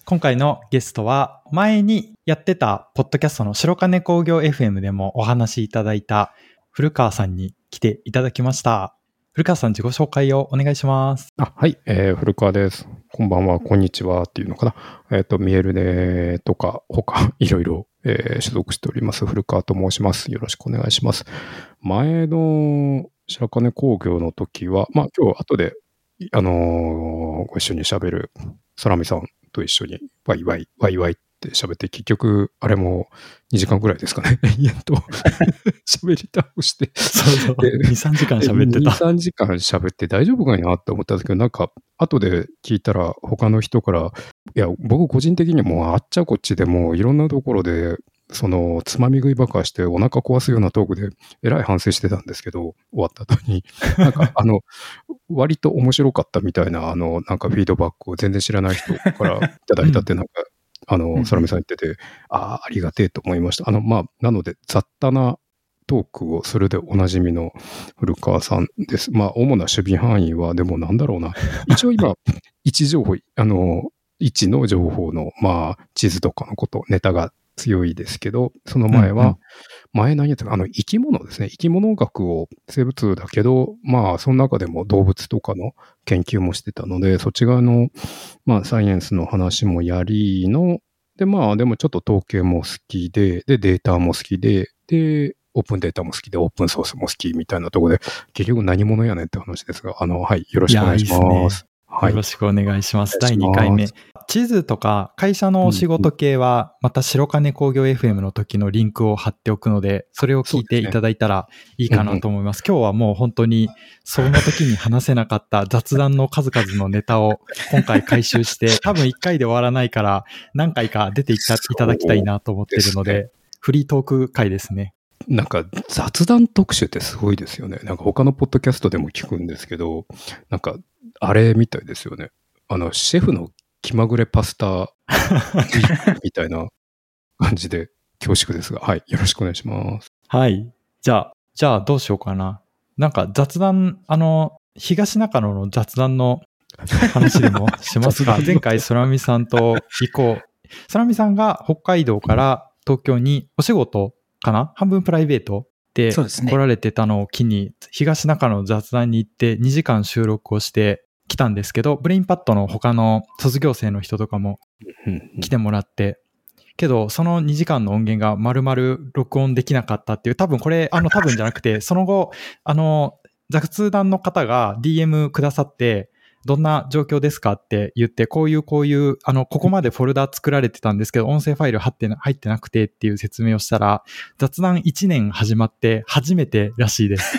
今回のゲストは前にやってたポッドキャストの白金工業 FM でもお話しいただいた古川さんに来ていただきました。古川さん、自己紹介をお願いします。 はい、古川です。こんばんは、こんにちはっていうのかな。ミエルネとか他いろいろ所属しております古川と申します。よろしくお願いします。前の白金工業の時は、今日後でご一緒に喋る空見さんと一緒にワイワイって喋って、結局あれも2時間ぐらいですかね。延々と喋り倒して。 そう2、3時間喋ってた。 2、3時間喋って大丈夫かなって思ったんですけど、なんか後で聞いたら他の人から、いや、僕個人的にもあっちゃこっちでもいろんなところで、つまみ食いばっかしてお腹壊すようなトークでえらい反省してたんですけど、終わった後に。なんか割と面白かったみたいな、なんかフィードバックを全然知らない人からいただいたって、なんか、空見さん言ってて、ありがてえと思いました。なので、雑多なトークをするでおなじみの古川さんです。主な守備範囲は、でもなんだろうな。一応今、位置の情報の、地図とかのこと、ネタが強いですけど、その前は、何やったか、生き物ですね。生き物学を、生物だけど、その中でも動物とかの研究もしてたので、そっち側の、サイエンスの話もやりの、で、でもちょっと統計も好きで、データも好きで、オープンデータも好きで、オープンソースも好きみたいなところで、結局何者やねんって話ですが、はい、よろしくお願いします。 よろしくお願いします。第2回目。地図とか会社のお仕事系は、また白金工業 FM の時のリンクを貼っておくので、それを聞いていただいたらいいかなと思います。今日はもう本当に、その時に話せなかった雑談の数々のネタを今回回収して、多分1回で終わらないから何回か出ていただきたいなと思っているので、フリートーク回ですね。 なんか雑談特集ってすごいですよね。なんか他のポッドキャストでも聞くんですけど、なんかあれみたいですよね。シェフの気まぐれパスタみたいな感じで恐縮ですが、はい、よろしくお願いします。 はい。じゃあどうしようかな。なんか雑談、東中野の雑談の話でもしますか。前回空見さんと空見さんが北海道から東京にお仕事かな、半分プライベートで来られてたのを機に、東中野の雑談に行って2時間収録をして来たんですけど、ブレインパッドの他の卒業生の人とかも来てもらって、けどその2時間の音源が丸々録音できなかったっていう、多分これ、多分じゃなくて、その後、雑談の方が DM くださって、どんな状況ですかって言って、こういう、ここまでフォルダ作られてたんですけど、音声ファイル入ってなくてっていう説明をしたら、雑談1年始まって初めてらしいです。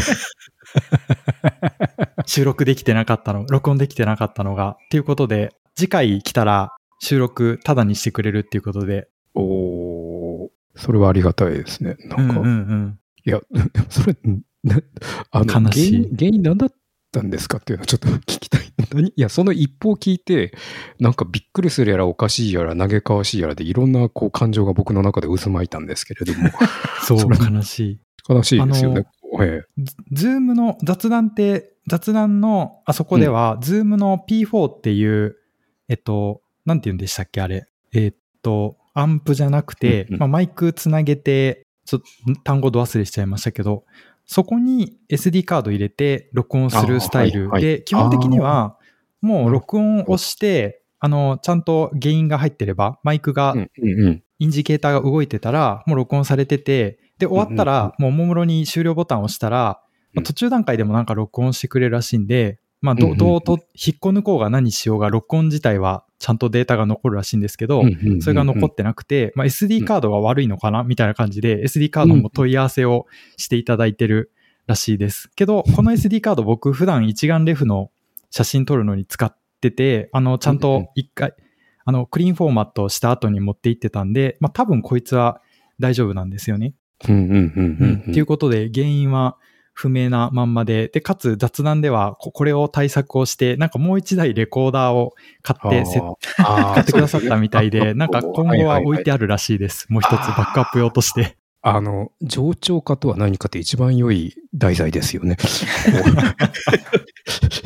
収録できてなかったの、録音できてなかったのが。っていうことで、次回来たら収録タダにしてくれるっていうことで。 それはありがたいですね。なんか、いや、それ、 悲しい。 原因何だったんですかっていうのはちょっと聞きたい。いや、その一報聞いて、なんかびっくりするやらおかしいやら嘆かわしいやらでいろんな感情が僕の中で渦巻いたんですけれども。 そう、悲しい。 悲しいですよね。 ズームの雑談のあそこでは、ズームの P4 っていう、なんて言うんでしたっけあれ。アンプじゃなくて、マイクつなげて、単語ど忘れしちゃいましたけど、そこに SD カード入れて録音するスタイルで、基本的にはもう録音をして、ちゃんと原因が入ってれば、マイクが、インジケーターが動いてたら、もう録音されてて、で、終わったら、もうおもむろに終了ボタンを押したら、途中段階でもなんか録音してくれるらしいんで、どうと引っこ抜こうが何しようが、録音自体はちゃんとデータが残るらしいんですけど、それが残ってなくて、SD カードが悪いのかなみたいな感じで、SD カードも問い合わせをしていただいてるらしいです。けど、この SD カード僕普段一眼レフの写真撮るのに使ってて、ちゃんと一回、クリーンフォーマットした後に持って行ってたんで、多分こいつは大丈夫なんですよね。っていうことで、原因は不明なまんまで、かつ雑談ではこれを対策をして、なんかもう一台レコーダーを買ってくださったみたいで、なんか今後は置いてあるらしいです。もう一つバックアップ用として。 冗長化とは何かって一番良い題材ですよね。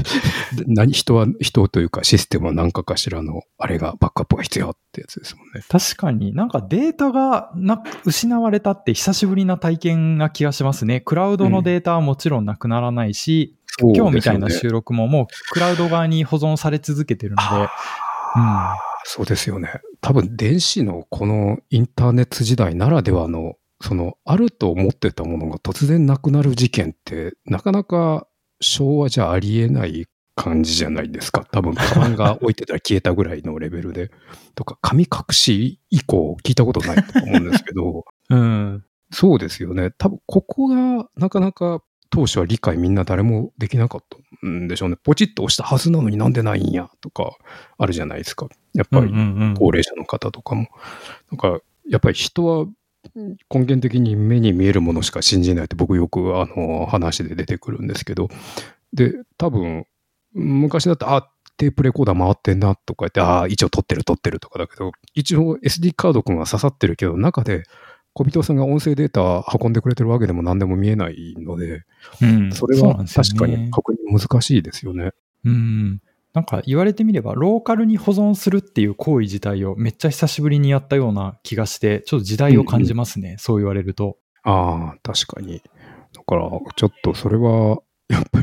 人というかシステムは何かしらの、あれがバックアップが必要ってやつですもんね。 確かになんかデータが失われたって久しぶりな体験な気がしますね。クラウドのデータはもちろんなくならないし、今日みたいな収録ももうクラウド側に保存され続けてるので、 そうですよね。多分電子のこのインターネット時代ならではの、あると思ってたものが突然なくなる事件って、なかなか昭和じゃありえない感じじゃないですか。多分、カバンが置いてたら消えたぐらいのレベルで。とか、神隠し以降聞いたことないと思うんですけど、そうですよね。多分、ここがなかなか当初は理解みんな誰もできなかったんでしょうね。ポチッと押したはずなのになんでないんやとか、あるじゃないですか。やっぱり、高齢者の方とかも。なんか、やっぱり人は、根源的に目に見えるものしか信じないって僕よく話で出てくるんですけど、で多分昔だとテープレコーダー回ってんなとか言って一応撮ってるとかだけど、一応 SD カードくんは刺さってるけど中で小人さんが音声データ運んでくれてるわけでも何でも見えないので、それは確かに確認難しいですよね。 なんか言われてみればローカルに保存するっていう行為自体をめっちゃ久しぶりにやったような気がして、ちょっと時代を感じますね、そう言われると。 確かに。だからちょっとそれはやっぱり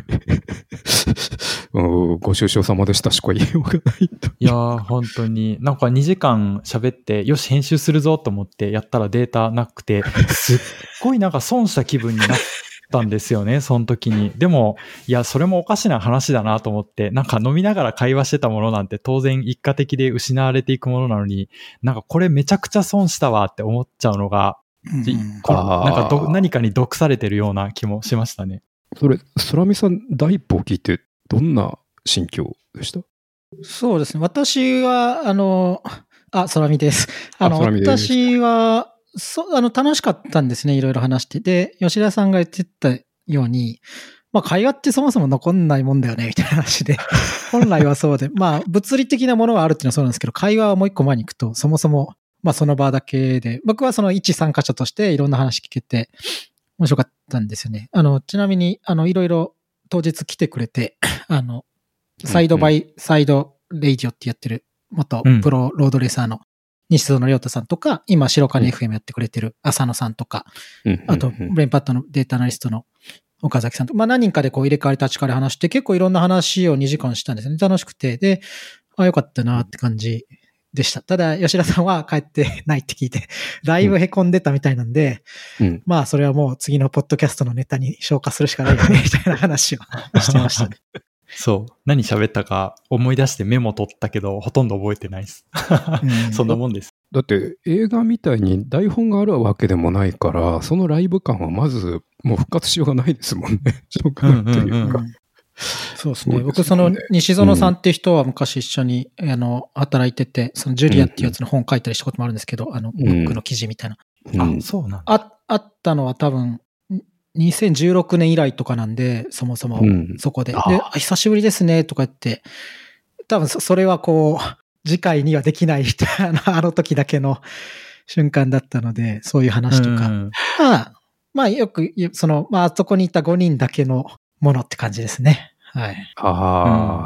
ご愁傷様でしたしか言いようがないと。 いやー本当になんか2時間喋ってよし編集するぞと思ってやったらデータなくて、すっごいなんか損した気分になったんですよねその時に。でもいやそれもおかしな話だなと思って、なんか飲みながら会話してたものなんて当然一過的で失われていくものなのに、なんかこれめちゃくちゃ損したわって思っちゃうのが、なんか何かに毒されてるような気もしましたね。 それ空見さん第一歩を聞いてどんな心境でした？ そうですね。私は空見です。私は楽しかったんですね。いろいろ話して。で、吉田さんが言ってたように、会話ってそもそも残んないもんだよね、みたいな話で。本来はそうで、物理的なものがあるっていうのはそうなんですけど、会話はもう一個前に行くと、そもそも、その場だけで、僕はその一参加者としていろんな話聞けて、面白かったんですよね。ちなみに、いろいろ当日来てくれて、サイドバイサイドレイジオってやってる元プロロードレーサーの西園亮太さんとか、今白金 FM やってくれてる浅野さんとか、あとブレインパッドのデータアナリストの岡崎さんとか、何人かでこう入れ替わり立ち替わり話して結構いろんな話を2時間したんですよね。楽しくて。で、よかったなって感じでした。ただ、吉田さんは帰ってないって聞いて、だいぶ凹んでたみたいなんで、それはもう次のポッドキャストのネタに消化するしかないよね、みたいな話をしてましたね。 そう。何喋ったか思い出してメモ取ったけど、ほとんど覚えてないです。そんなもんです。 だって映画みたいに台本があるわけでもないから、そのライブ感はまずもう復活しようがないですもんね。しょうがないというか。 そうですね。僕、西園さんっていう人は昔一緒に、働いてて、そのジュリアっていうやつの本書いたりしたこともあるんですけど、ブックの記事みたいな。 そうなんだ。 あったのは多分、2016年以来とかなんで、そもそもそこで。で、久しぶりですね、とか言って、多分それはこう、次回にはできないあの時だけの瞬間だったので、そういう話とか。よく、あそこにいた5人だけのものって感じですね。はい。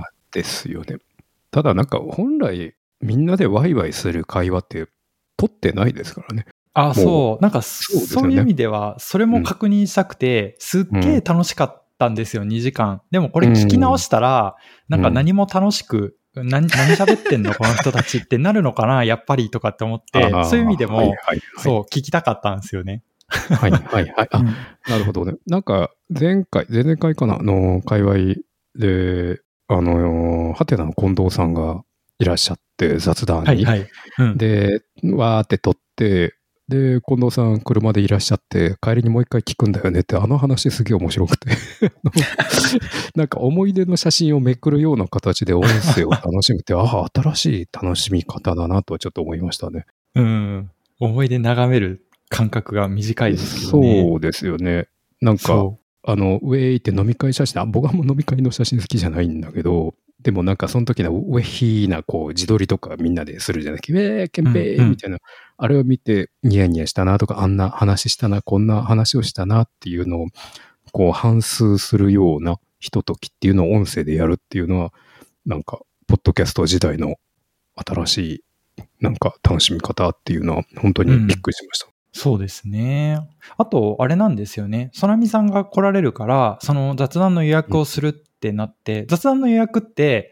ですよね。ただなんか本来みんなでワイワイする会話って取ってないですからね。 そう。なんかそういう意味では、それも確認したくて、すっげえ楽しかったんですよ、2時間。でもこれ聞き直したら、なんか何も楽しく、何喋ってんのこの人たちってなるのかなやっぱりとかって思って、そういう意味でも、そう、聞きたかったんですよね。 はいはいはい。なるほどね。なんか前々回かなの界隈で、ハテナの近藤さんがいらっしゃって雑談に。で、わーって撮って、で、近藤さん車でいらっしゃって、帰りにもう一回聞くんだよねって、話すげえ面白くて。なんか思い出の写真をめくるような形で音声を楽しむって、新しい楽しみ方だなとはちょっと思いましたね。 思い出眺める感覚が短いですけどね。 そうですよね。なんか、ウェイって飲み会写真、僕はもう飲み会の写真好きじゃないんだけど、でもなんかその時のウェヒーなこう自撮りとかみんなでするじゃないですか。ケンペイみたいな、あれを見てニヤニヤしたなとか、あんな話したな、こんな話をしたなっていうのをこう反芻するようなひとときっていうのを音声でやるっていうのは、なんか、ポッドキャスト時代の新しい、なんか楽しみ方っていうのは、本当にびっくりしました。 そうですね。あと、あれなんですよね。そなみさんが来られるから、その雑談の予約をするってなって、雑談の予約って、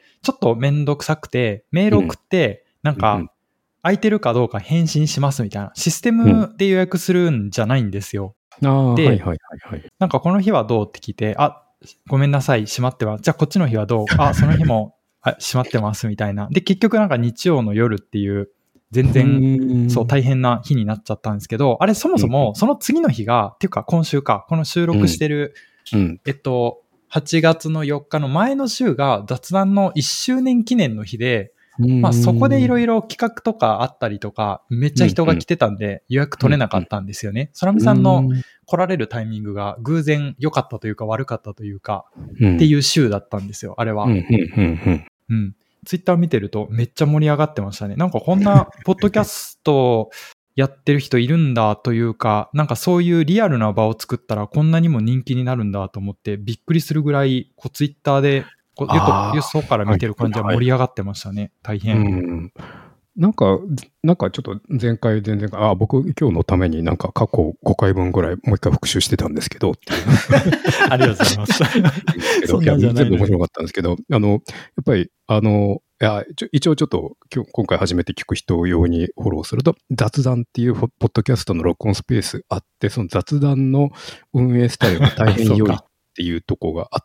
ちょっとめんどくさくて、メール送って、なんか、空いてるかどうか返信しますみたいな、システムで予約するんじゃないんですよ。で、なんかこの日はどうって聞いて、あ、ごめんなさい、閉まっては、じゃあこっちの日はどう？あ、その日も閉まってますみたいな。で、結局なんか日曜の夜っていう、全然、そう、大変な日になっちゃったんですけど、あれそもそも、その次の日が、っていうか今週か、この収録してる、8月の4日の前の週が雑談の1周年記念の日で、まあそこでいろいろ企画とかあったりとか、めっちゃ人が来てたんで予約取れなかったんですよね。そらみさんの来られるタイミングが偶然良かったというか悪かったというか、っていう週だったんですよ、あれは。ツイッター見てるとめっちゃ盛り上がってましたね。なんかこんなポッドキャストやってる人いるんだというか、なんかそういうリアルな場を作ったらこんなにも人気になるんだと思ってびっくりするぐらい、ツイッターでよそから見てる感じは盛り上がってましたね。大変。 なんかちょっと前回、僕今日のためになんか過去5回分ぐらいもう一回復習してたんですけど。 ありがとうございます。 そんなんじゃない全部面白かったんですけど、やっぱり、一応ちょっと今回初めて聞く人用にフォローすると、雑談っていうポッドキャストの録音スペースあって、その雑談の運営スタイルが大変良いっていうところがあって、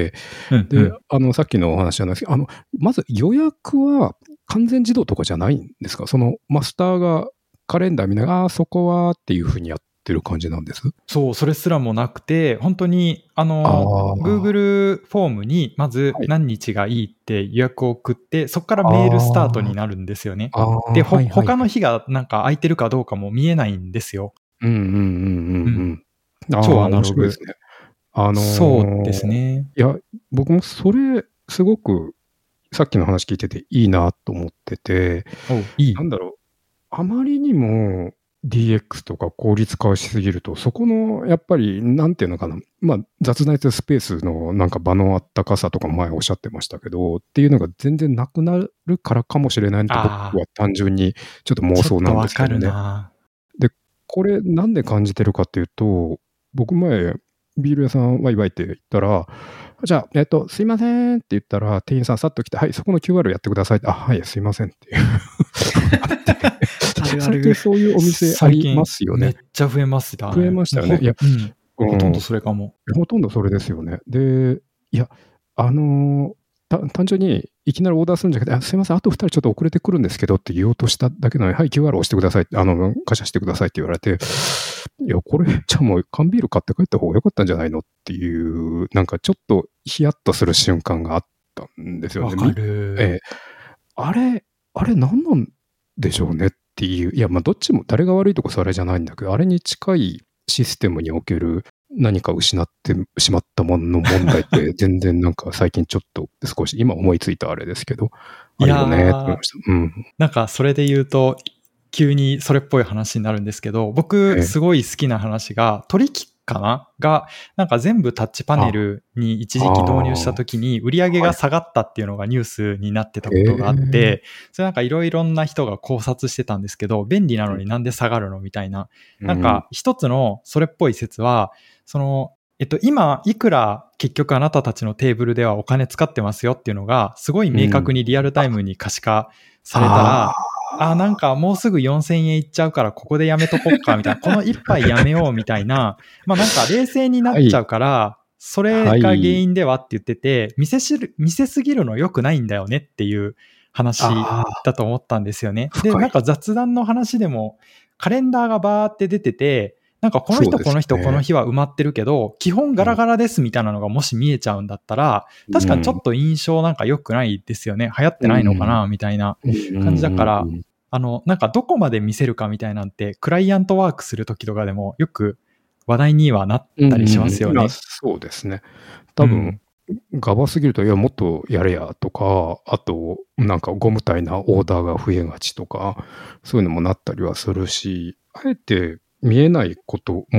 で、さっきのお話じゃないですけど、まず予約は完全自動とかじゃないんですか？そのマスターがカレンダー見ながら、そこはっていうふうにやってる感じなんです？ そう、それすらもなくて、本当に、Google フォームにまず何日がいいって予約を送って、そこからメールスタートになるんですよね。で、他の日がなんか空いてるかどうかも見えないんですよ。 超アナログですね。 そうですね。 いや、僕もそれ、すごく、さっきの話聞いてていいなと思ってて、なんだろう、あまりにも DX とか効率化しすぎると、そこの、やっぱり、なんていうのかな、まあ、雑談スペースのなんか場のあったかさとか前おっしゃってましたけど、っていうのが全然なくなるからかもしれないと僕は単純にちょっと妄想なんですけどね。で、これなんで感じてるかっていうと、僕前、ビール屋さんワイワイって言ったら、じゃあ、すいませんって言ったら、店員さんさっと来て、はい、そこの QR やってくださいって、はい、すいませんっていう。最近そういうお店ありますよね。 めっちゃ増えます増えましたよね。いや、 ほとんどそれかも。 ほとんどそれですよね。で、いや、単純にいきなりオーダーするんじゃなくて、すいません、あと2人ちょっと遅れてくるんですけどって言おうとしただけなのに、はい、QR 押してください、カシャしてくださいって言われて、いや、これ、じゃあもう缶ビール買って帰った方が良かったんじゃないのっていう、なんかちょっとヒヤッとする瞬間があったんですよね。 わかる。 あれ何なんでしょうねっていう、いや、まあどっちも誰が悪いとかそれじゃないんだけど、あれに近いシステムにおける何か失ってしまったものの問題って全然なんか最近ちょっと少し今思いついたあれですけど、あるよねと思いました。 なんかそれで言うと急にそれっぽい話になるんですけど、僕すごい好きな話が取引かながなんか全部タッチパネルに一時期導入した時に売り上げが下がったっていうのがニュースになってたことがあって、それなんかいろいろな人が考察してたんですけど、便利なのになんで下がるのみたいな、なんか一つのそれっぽい説は、その今いくら結局あなたたちのテーブルではお金使ってますよっていうのがすごい明確にリアルタイムに可視化されたら、なんかもうすぐ4000円いっちゃうからここでやめとこっかみたいな、この一杯やめようみたいな、まあなんか冷静になっちゃうから、それが原因ではって言ってて、見せすぎるの良くないんだよねっていう話だと思ったんですよね。で、なんか雑談の話でもカレンダーがバーって出てて、なんかこの人この人この日は埋まってるけど、基本ガラガラですみたいなのがもし見えちゃうんだったら、確かにちょっと印象なんか良くないですよね。流行ってないのかなみたいな感じだから、なんかどこまで見せるかみたいなんて、クライアントワークするときとかでもよく話題にはなったりしますよね。 そうですね。多分、ガバすぎると、いや、もっとやれやとか、あと、なんかゴム体なオーダーが増えがちとか、そういうのもなったりはするし、あえて見えないことも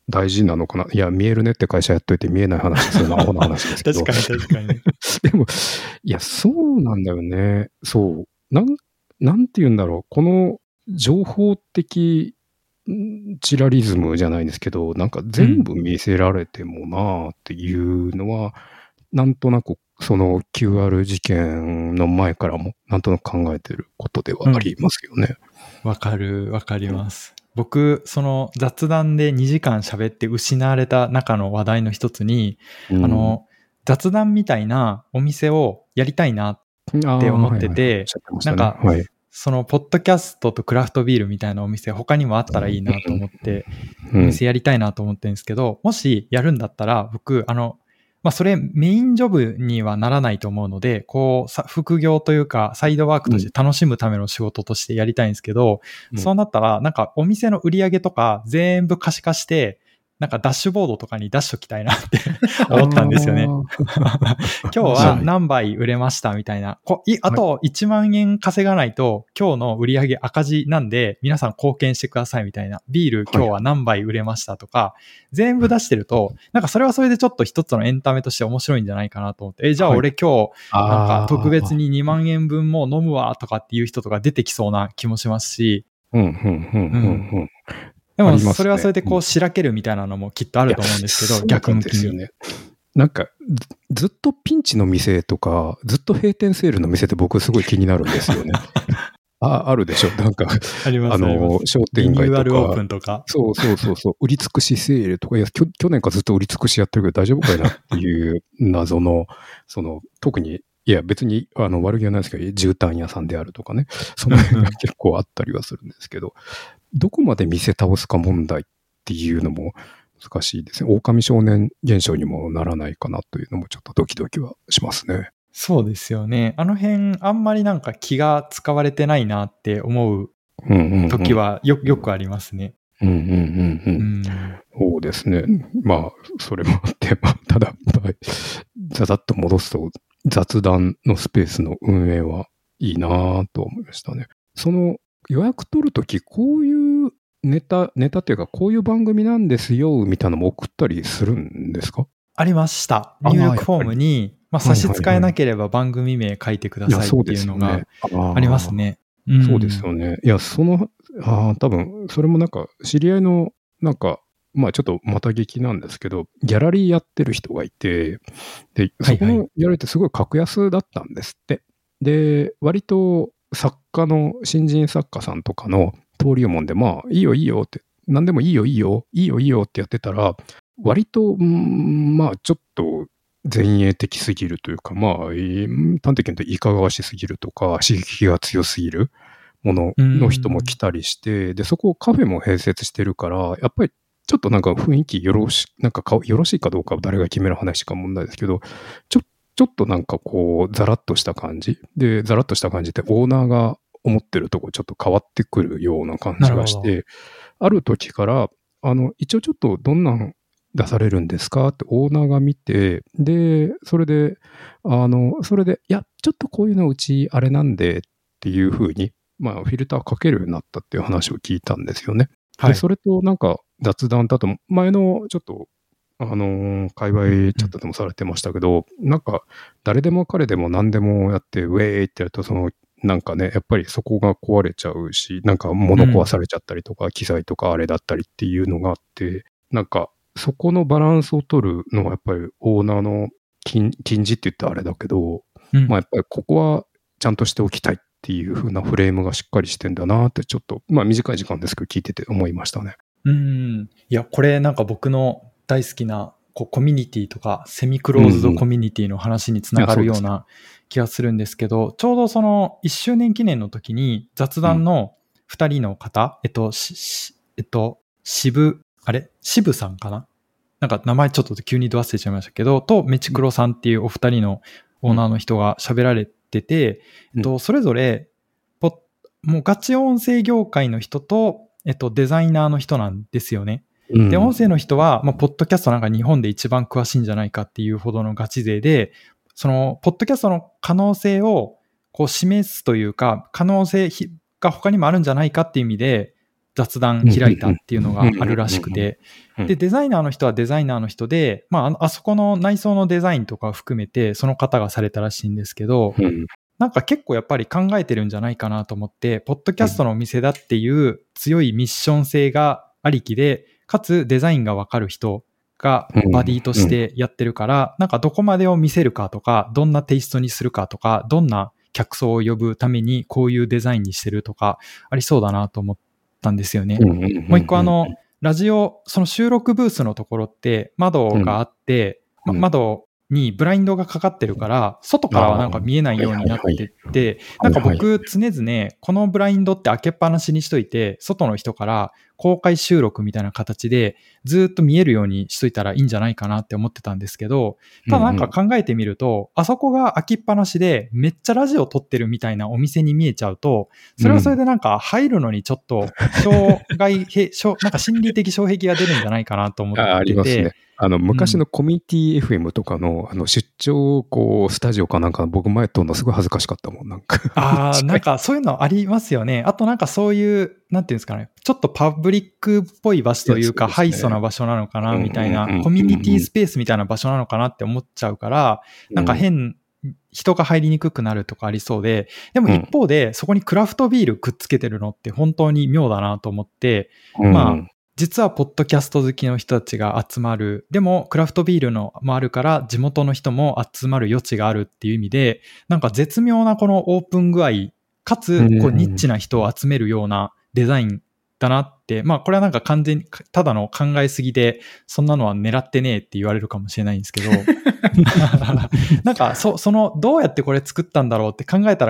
大事なのかな。いや、見えるねって会社やっといて見えない話するのはアホな話ですけど。 確かに。 でも、いや、そうなんだよね。そう。なんて言うんだろう。この情報的チラリズムじゃないんですけど、なんか全部見せられてもなーっていうのは、なんとなくその QR 事件の前からもなんとなく考えてることではありますよね。 わかります。僕、その雑談で2時間喋って失われた中の話題の一つに、雑談みたいなお店をやりたいなって思ってて、なんか、そのポッドキャストとクラフトビールみたいなお店他にもあったらいいなと思って、お店やりたいなと思ってるんですけど、もしやるんだったら僕、それメインジョブにはならないと思うので、こう、副業というか、サイドワークとして楽しむための仕事としてやりたいんですけど、そうなったら、なんかお店の売り上げとか全部可視化して、なんかダッシュボードとかに出しときたいなって思ったんですよね。今日は何杯売れましたみたいな。あと1万円稼がないと今日の売り上げ赤字なんで皆さん貢献してくださいみたいな。ビール今日は何杯売れましたとか、全部出してると、なんかそれはそれでちょっと一つのエンタメとして面白いんじゃないかなと思って。じゃあ俺今日なんか特別に2万円分も飲むわとかっていう人とか出てきそうな気もしますし。でもそれはそれでこうしらけるみたいなのもきっとあると思うんですけど、逆向きに。 なんかずっとピンチの店とか、ずっと閉店セールの店って僕すごい気になるんですよね。あるでしょ。なんか、 あります商店街とか。 リニューアルオープンとか。 そう。売り尽くしセールとか、いや、去年からずっと売り尽くしやってるけど大丈夫かいなっていう謎の、特に、いや、別に、悪気はないですけど、絨毯屋さんであるとかね。その辺が結構あったりはするんですけど、どこまで店倒すか問題っていうのも難しいですね。狼少年現象にもならないかなというのもちょっとドキドキはしますね。 そうですよね。あの辺あんまりなんか気が使われてないなって思う時はよくありますね。 そうですね。まあ、それもあって、ただ、ざざっと戻すと雑談のスペースの運営はいいなぁと思いましたね。その予約取るとき、こういうネタっていうか、こういう番組なんですよ、みたいなのも送ったりするんですか？ ありました。入力フォームに、差し支えなければ番組名書いてくださいっていうのがありますね。 そうですよね。いや、多分、それもなんか、知り合いの、なんか、ちょっとまた劇なんですけど、ギャラリーやってる人がいて、で、そこのギャラリーってすごい格安だったんですって。で、割と、新人作家さんとかの登竜門で、いいよって、何でもいいよってやってたら、割と、ちょっと前衛的すぎるというか、端的に言うといかがわしすぎるとか、刺激が強すぎるものの人も来たりして、で、そこをカフェも併設してるから、やっぱりちょっとなんか雰囲気よろしいかどうかは誰が決める話か問題ですけど、ちょっとなんかこう、ザラッとした感じ。で、ザラッとした感じってオーナーが思ってるとこちょっと変わってくるような感じがして、ある時から、一応ちょっとどんなん出されるんですかってオーナーが見て、で、それで、いや、ちょっとこういうのうちあれなんでっていう風に、フィルターかけるようになったっていう話を聞いたんですよね。で、それとなんか雑談だと、前のちょっと、界隈チャットでもされてましたけど、なんか、誰でも彼でも何でもやって、ウェーイってやると、なんかね、やっぱりそこが壊れちゃうし、なんか物壊されちゃったりとか、機材とかあれだったりっていうのがあって、なんか、そこのバランスを取るのはやっぱりオーナーの禁じって言ったらあれだけど、やっぱりここはちゃんとしておきたいっていう風なフレームがしっかりしてんだなってちょっと、短い時間ですけど聞いてて思いましたね。 いや、これなんか僕の大好きなコミュニティとかセミクローズドコミュニティの話につながるような気がするんですけど、ちょうどその1周年記念の時に雑談の2人の方、渋さんかな、なんか名前ちょっと急にど忘れちゃいましたけど、とメチクロさんっていうお二人のオーナーの人が喋られてて、それぞれもうガチ音声業界の人と、デザイナーの人なんですよね。で、音声の人は、ポッドキャストなんか日本で一番詳しいんじゃないかっていうほどのガチ勢で、その、ポッドキャストの可能性をこう示すというか、可能性が他にもあるんじゃないかっていう意味で、 雑談開いたっていうのがあるらしくて、で、デザイナーの人はデザイナーの人で、あそこの内装のデザインとかを含めて、その方がされたらしいんですけど、なんか結構やっぱり考えてるんじゃないかなと思って、ポッドキャストのお店だっていう強いミッション性がありきで、かつデザインがわかる人がバディとしてやってるから、なんかどこまでを見せるかとか、どんなテイストにするかとか、どんな客層を呼ぶためにこういうデザインにしてるとか、ありそうだなと思ったんですよね。もう一個ラジオ、その収録ブースのところって窓があって、窓にブラインドがかかってるから、外からはなんか見えないようになってて、なんか僕常々このブラインドって開けっぱなしにしといて、外の人から公開収録みたいな形でずっと見えるようにしといたらいいんじゃないかなって思ってたんですけど、ただなんか考えてみると、あそこが開きっぱなしでめっちゃラジオ撮ってるみたいなお店に見えちゃうと、それはそれでなんか入るのにちょっとなんか心理的障壁が出るんじゃないかなと思ってて。 ありますね。昔のコミュニティ FM とかの、出張、スタジオかなんか、僕前撮るのすごい恥ずかしかったもん、なんか。 なんかそういうのありますよね。あとなんかそういう、なんていうんですかね、ちょっとパブリックっぽい場所というか、ハイソな場所なのかな、みたいな、コミュニティスペースみたいな場所なのかなって思っちゃうから、なんか人が入りにくくなるとかありそうで、でも一方で、そこにクラフトビールくっつけてるのって本当に妙だなと思って、実はポッドキャスト好きの人たちが集まる。でも、クラフトビールのもあるから、地元の人も集まる余地があるっていう意味で、なんか絶妙なこのオープン具合、かつ、ニッチな人を集めるようなデザインだなって、これはなんか完全に、ただの考えすぎで、そんなのは狙ってねえって言われるかもしれないんですけど、なんか、どうやってこれ作ったんだろうって考えた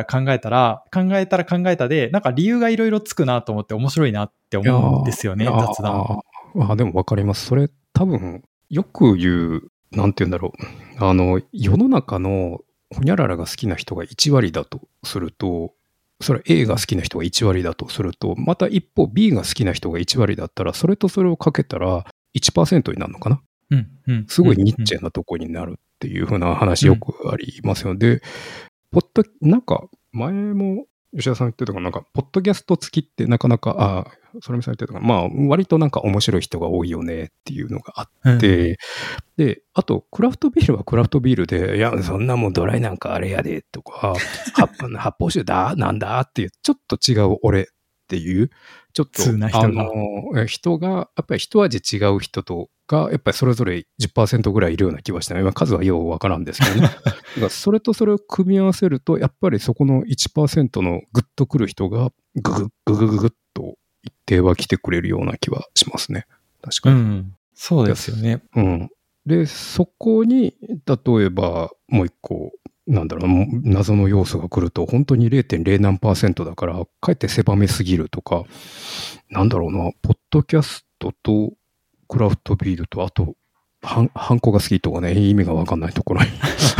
で、なんか理由がいろいろつくなと思って面白いなって思うんですよね、雑談。 でもわかります。それ多分、よく言う、なんて言うんだろう。世の中のほにゃららが好きな人が1割だとすると、それ A が好きな人が1割だとすると、また一方 B が好きな人が1割だったら、それとそれをかけたら 1% になるのかな。すごいニッチェなとこになるっていう風な話よくありますよ。で、なんか前も吉田さん言ってたかな、なんかポッドキャスト付きってなかなか、それもさん言ってたかな、割となんか面白い人が多いよねっていうのがあって、で、あとクラフトビールはクラフトビールで、いや、そんなもんドライなんかあれやでとか、発泡酒なんだっていう、ちょっと違う俺っていう、ちょっと人が、やっぱり一味違う人とが、やっぱりそれぞれ 10% ぐらいいるような気はしてない。数はようわからんですけどね。だからそれとそれを組み合わせると、やっぱりそこの 1% のグッとくる人が、ググっと一定は来てくれるような気はしますね。確かに。 そうですよね。 で、そこに、例えば、もう一個、謎の要素が来ると、本当に 0.0 何%だから、かえって狭めすぎるとか、ポッドキャストとクラフトビールと、あと、ハンコが好きとかね、意味がわかんないところに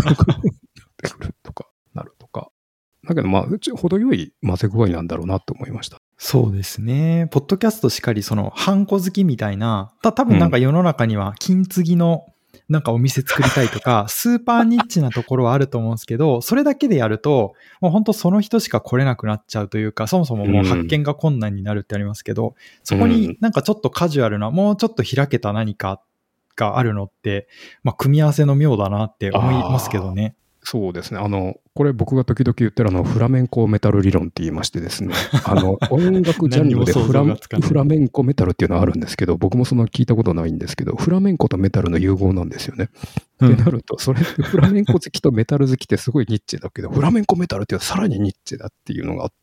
なるとか。だけど、程よい混ぜ具合なんだろうなと思いました。 そうですね。ポッドキャストしかり、ハンコ好きみたいな、多分なんか世の中には金継ぎのなんかお店作りたいとか、スーパーニッチなところはあると思うんですけど、それだけでやると、もう本当その人しか来れなくなっちゃうというか、そもそももう発見が困難になるってありますけど、そこになんかちょっとカジュアルな、もうちょっと開けた何かがあるのって、組み合わせの妙だなって思いますけどね。 そうですね。これ僕が時々言ってるフラメンコメタル理論って言いましてですね、音楽ジャンルでフラメンコメタルっていうのはあるんですけど、僕もその聞いたことないんですけど、フラメンコとメタルの融合なんですよね。ってなると、それってフラメンコ好きとメタル好きってすごいニッチだけど、フラメンコメタルってさらにニッチだっていうのがあって、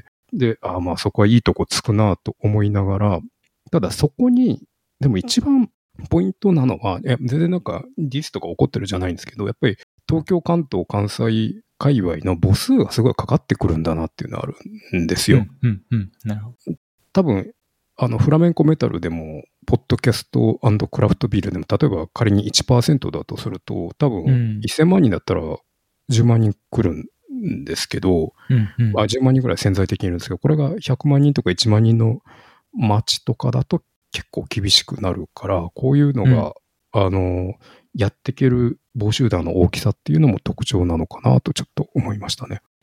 で、そこはいいとこつくなと思いながら、ただそこに、でも一番ポイントなのは、全然なんかディスとか起こってるじゃないんですけど、やっぱり東京、関東、関西界隈の母数がすごいかかってくるんだなっていうのがあるんですよ。 なるほど。 多分、フラメンコメタルでも、ポッドキャスト&クラフトビールでも、例えば仮に 1% だとすると、多分、1000万人だったら10万人来るんですけど、10万人ぐらい潜在的にいるんですけど、これが100万人とか1万人の街とかだと結構厳しくなるから、こういうのが、やっていける母集団の大きさっていうのも特徴なのかなとちょっと思いましたね。 い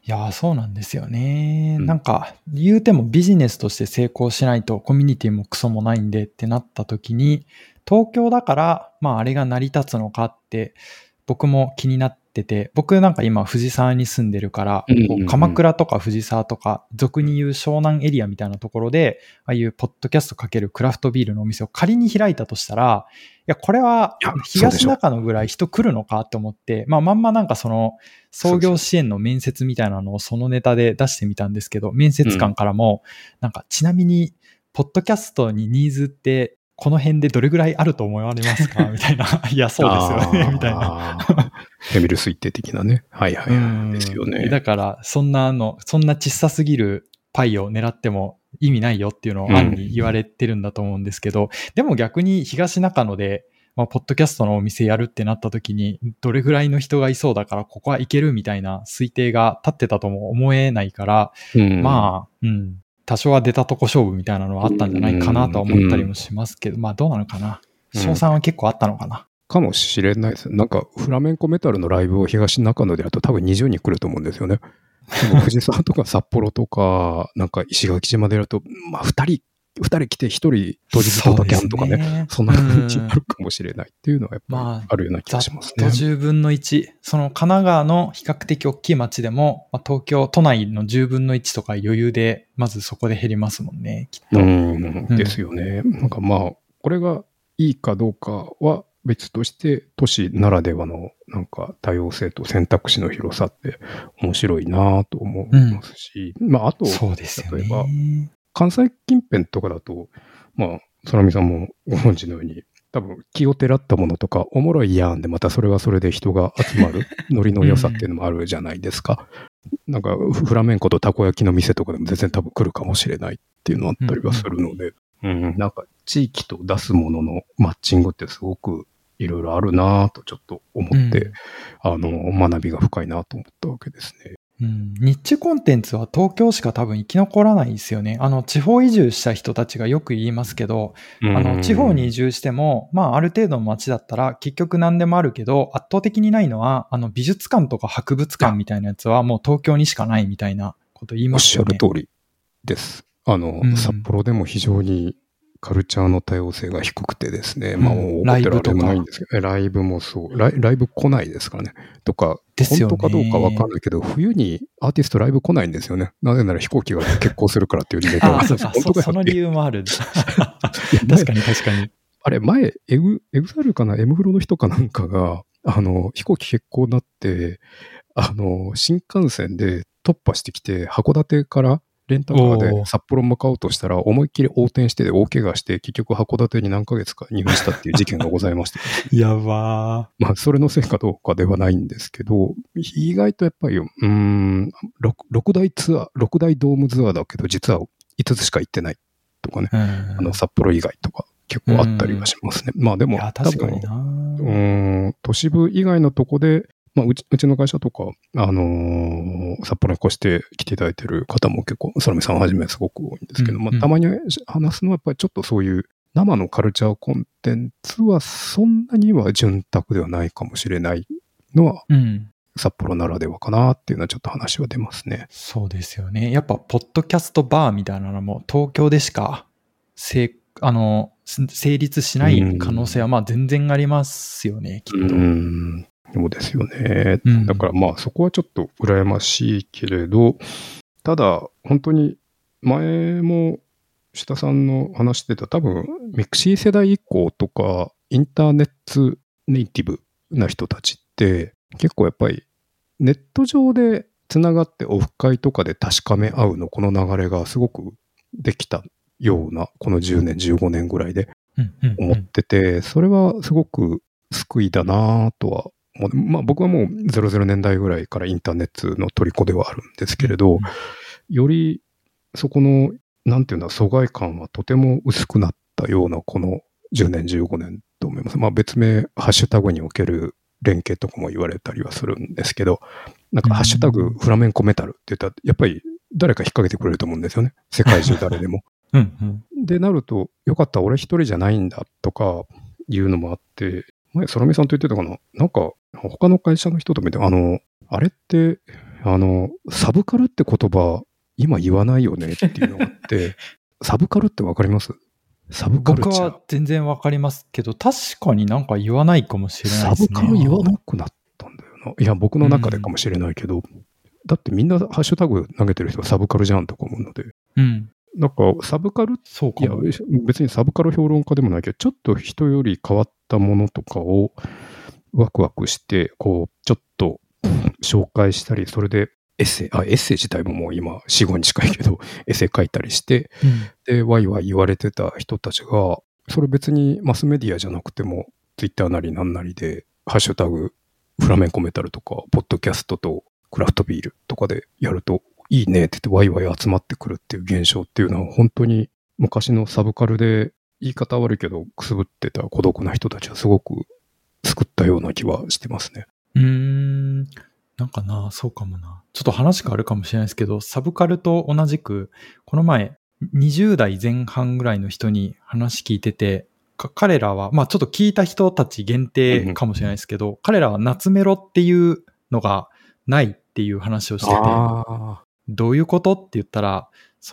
いやー、そうなんですよね。 うんなんか、言うてもビジネスとして成功しないとコミュニティもクソもないんでってなった時に、東京だから、まああれが成り立つのかって僕も気になってて、僕なんか今藤沢に住んでるから、こう鎌倉とか藤沢とか、俗に言う湘南エリアみたいなところで、ああいうポッドキャストかけるクラフトビールのお店を仮に開いたとしたら、いや、これはいや東中野ぐらい人来るのかって思って、まんまなんかその創業支援の面接みたいなのをそのネタで出してみたんですけど、面接官からも、なんかちなみに、ポッドキャストにニーズってこの辺でどれぐらいあると思われますかみたいな。いや、そうですよね。みたいな。 レベル推定的なね。はいはい。ですよね。 だから、そんな小さすぎるパイを狙っても意味ないよっていうのを案に言われてるんだと思うんですけど、でも逆に東中野で、ポッドキャストのお店やるってなった時に、どれぐらいの人がいそうだから、ここはいけるみたいな推定が立ってたとも思えないから、多少は出たとこ勝負みたいなのはあったんじゃないかなとは思ったりもしますけど、どうなのかな。賞賛は結構あったのかな。 かもしれないです。なんかフラメンコメタルのライブを東中野でやると多分20人来ると思うんですよね。でも藤沢とか札幌とか、なんか石垣島でやると、2人来て1人当日ドタキャンとかね、そんな感じになるかもしれないっていうのはやっぱりあるような気がしますね。 10分の1。その神奈川の比較的大きい町でも、東京都内の10分の1とか余裕で、まずそこで減りますもんね、きっと。 ですよね。なんかこれがいいかどうかは別として、都市ならではのなんか多様性と選択肢の広さって面白いなと思いますし、あと、 そうですよね、 例えば、関西近辺とかだと、空見さんもご存知のように、多分気をてらったものとか、おもろいやんで、またそれはそれで人が集まるノリの良さっていうのもあるじゃないですか。なんか、フラメンコとたこ焼きの店とかでも全然多分来るかもしれないっていうのあったりはするので、なんか地域と出すもののマッチングってすごくいろいろあるなぁとちょっと思って、学びが深いなと思ったわけですね。 ニッチコンテンツは東京しか多分生き残らないですよね。地方移住した人たちがよく言いますけど、地方に移住しても、ある程度の街だったら結局何でもあるけど、圧倒的にないのは、美術館とか博物館みたいなやつはもう東京にしかないみたいなこと言いますよね。 おっしゃる通りです。札幌でも非常にカルチャーの多様性が低くてですね。 ライブとか。 ないんですけど、ライブもそう。ライブ来ないですからね。とか、 ですよね、 本当かどうかわかんないけど、冬にアーティストライブ来ないんですよね。なぜなら飛行機が欠航するからっていうネタが。 その理由もある。確かに。 あれ、前、エグザルかな、エムフロの人かなんかが、飛行機欠航になって、新幹線で突破してきて、函館からレンタカーで札幌向かおうとしたら、思いっきり横転して大怪我して、結局函館に何ヶ月か入院したっていう事件がございまして。 やばー。それのせいかどうかではないんですけど、意外とやっぱり、6大ドームツアーだけど、実は5つしか行ってないとかね。札幌以外とか結構あったりはしますね。でも、 確かにな。 都市部以外のとこで、うちの会社とか、札幌に越して来ていただいている方も結構、空見さんはじめすごく多いんですけど、たまに話すのはやっぱりちょっとそういう生のカルチャーコンテンツはそんなには潤沢ではないかもしれないのは、札幌ならではかなっていうのはちょっと話は出ますね。 そうですよね。やっぱ、ポッドキャストバーみたいなのも東京でしか成立しない可能性は全然ありますよね、きっと。 そうですよね。だからそこはちょっと羨ましいけれど、ただ本当に前も下さんの話してた多分ミクシー世代以降とかインターネットネイティブな人たちって結構やっぱりネット上でつながってオフ会とかで確かめ合うのこの流れがすごくできたようなこの10年15年ぐらいで思ってて、それはすごく救いだなとは僕はもう00年代ぐらいからインターネットの虜ではあるんですけれど、よりそこのなんていうんだ疎外感はとても薄くなったようなこの10年15年と思います。別名ハッシュタグにおける連携とかも言われたりはするんですけど、なんかハッシュタグフラメンコメタルって言ったらやっぱり誰か引っ掛けてくれると思うんですよね。世界中誰でも。でなるとよかった俺一人じゃないんだとかいうのもあって。前、空見さんと言ってたかな、なんか、他の会社の人と見て、あれって、 サブカルって言葉、今言わないよねっていうのがあって、サブカルってわかります？サブカルチャー。 僕は全然わかりますけど、確かになんか言わないかもしれないですね。 サブカル言わなくなったんだよな。いや、僕の中でかもしれないけど、だってみんなハッシュタグ投げてる人はサブカルじゃんとか思うので。 うん。 なんかサブカル、 そうかも。 いや、別にサブカル評論家でもないけど、ちょっと人より変わったものとかをワクワクして、こう、ちょっと紹介したり、それでエッセイ自体ももう今死後に近いけど、エッセイ書いたりして、で、ワイワイ言われてた人たちが、それ別にマスメディアじゃなくても、ツイッターなりなんなりで、ハッシュタグ、フラメンコメタルとか、ポッドキャストとクラフトビールとかでやると、いいねって言ってワイワイ集まってくるっていう現象っていうのは、本当に昔のサブカルで、言い方悪いけど、くすぶってた孤独な人たちはすごく救ったような気はしてますね。 なんかな、そうかもな。ちょっと話変わるかもしれないですけど、サブカルと同じく、この前、20代前半ぐらいの人に話聞いてて、彼らは、まあちょっと聞いた人たち限定かもしれないですけど、彼らは夏メロっていうのがないっていう話をしてて、どういうことって言ったら、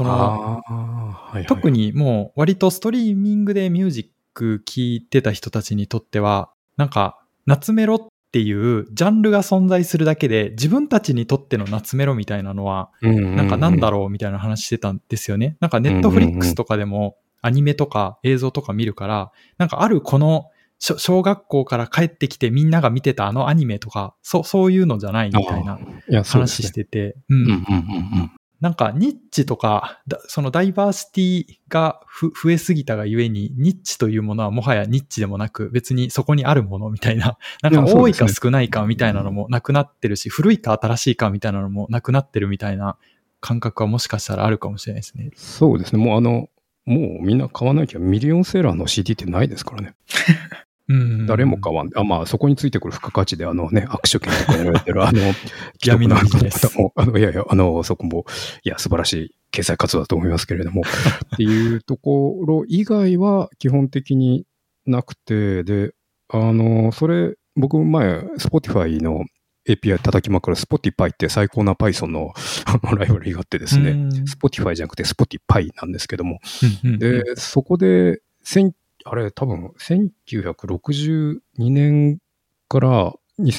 特にもう割とストリーミングでミュージック聴いてた人たちにとっては、なんか夏メロっていうジャンルが存在するだけで、自分たちにとっての夏メロみたいなのは、なんかなんだろうみたいな話してたんですよね。なんかネットフリックスとかでもアニメとか映像とか見るから、なんかあるこの小学校から帰ってきてみんなが見てたあのアニメとか、そういうのじゃないみたいな話してて、なんかニッチとか、そのダイバーシティが増えすぎたがゆえに、ニッチというものはもはやニッチでもなく、別にそこにあるものみたいな、なんか多いか少ないかみたいなのもなくなってるし、古いか新しいかみたいなのもなくなってるみたいな感覚はもしかしたらあるかもしれないですね。 そうですね。もうみんな買わなきゃミリオンセーラーの CD ってないですからね。誰も買わんで。まあそこについてくる付加価値で握手券とかやられてる闇のビジネス。 そこも、素晴らしい経済活動だと思いますけれども、っていうところ以外は基本的になくて、で、それ、僕前、Spotify の API 叩きまくる Spotify って最高な Python のライブラリがあってですね、Spotify じゃなくて Spotify なんですけども、で、そこで、多分、1962年から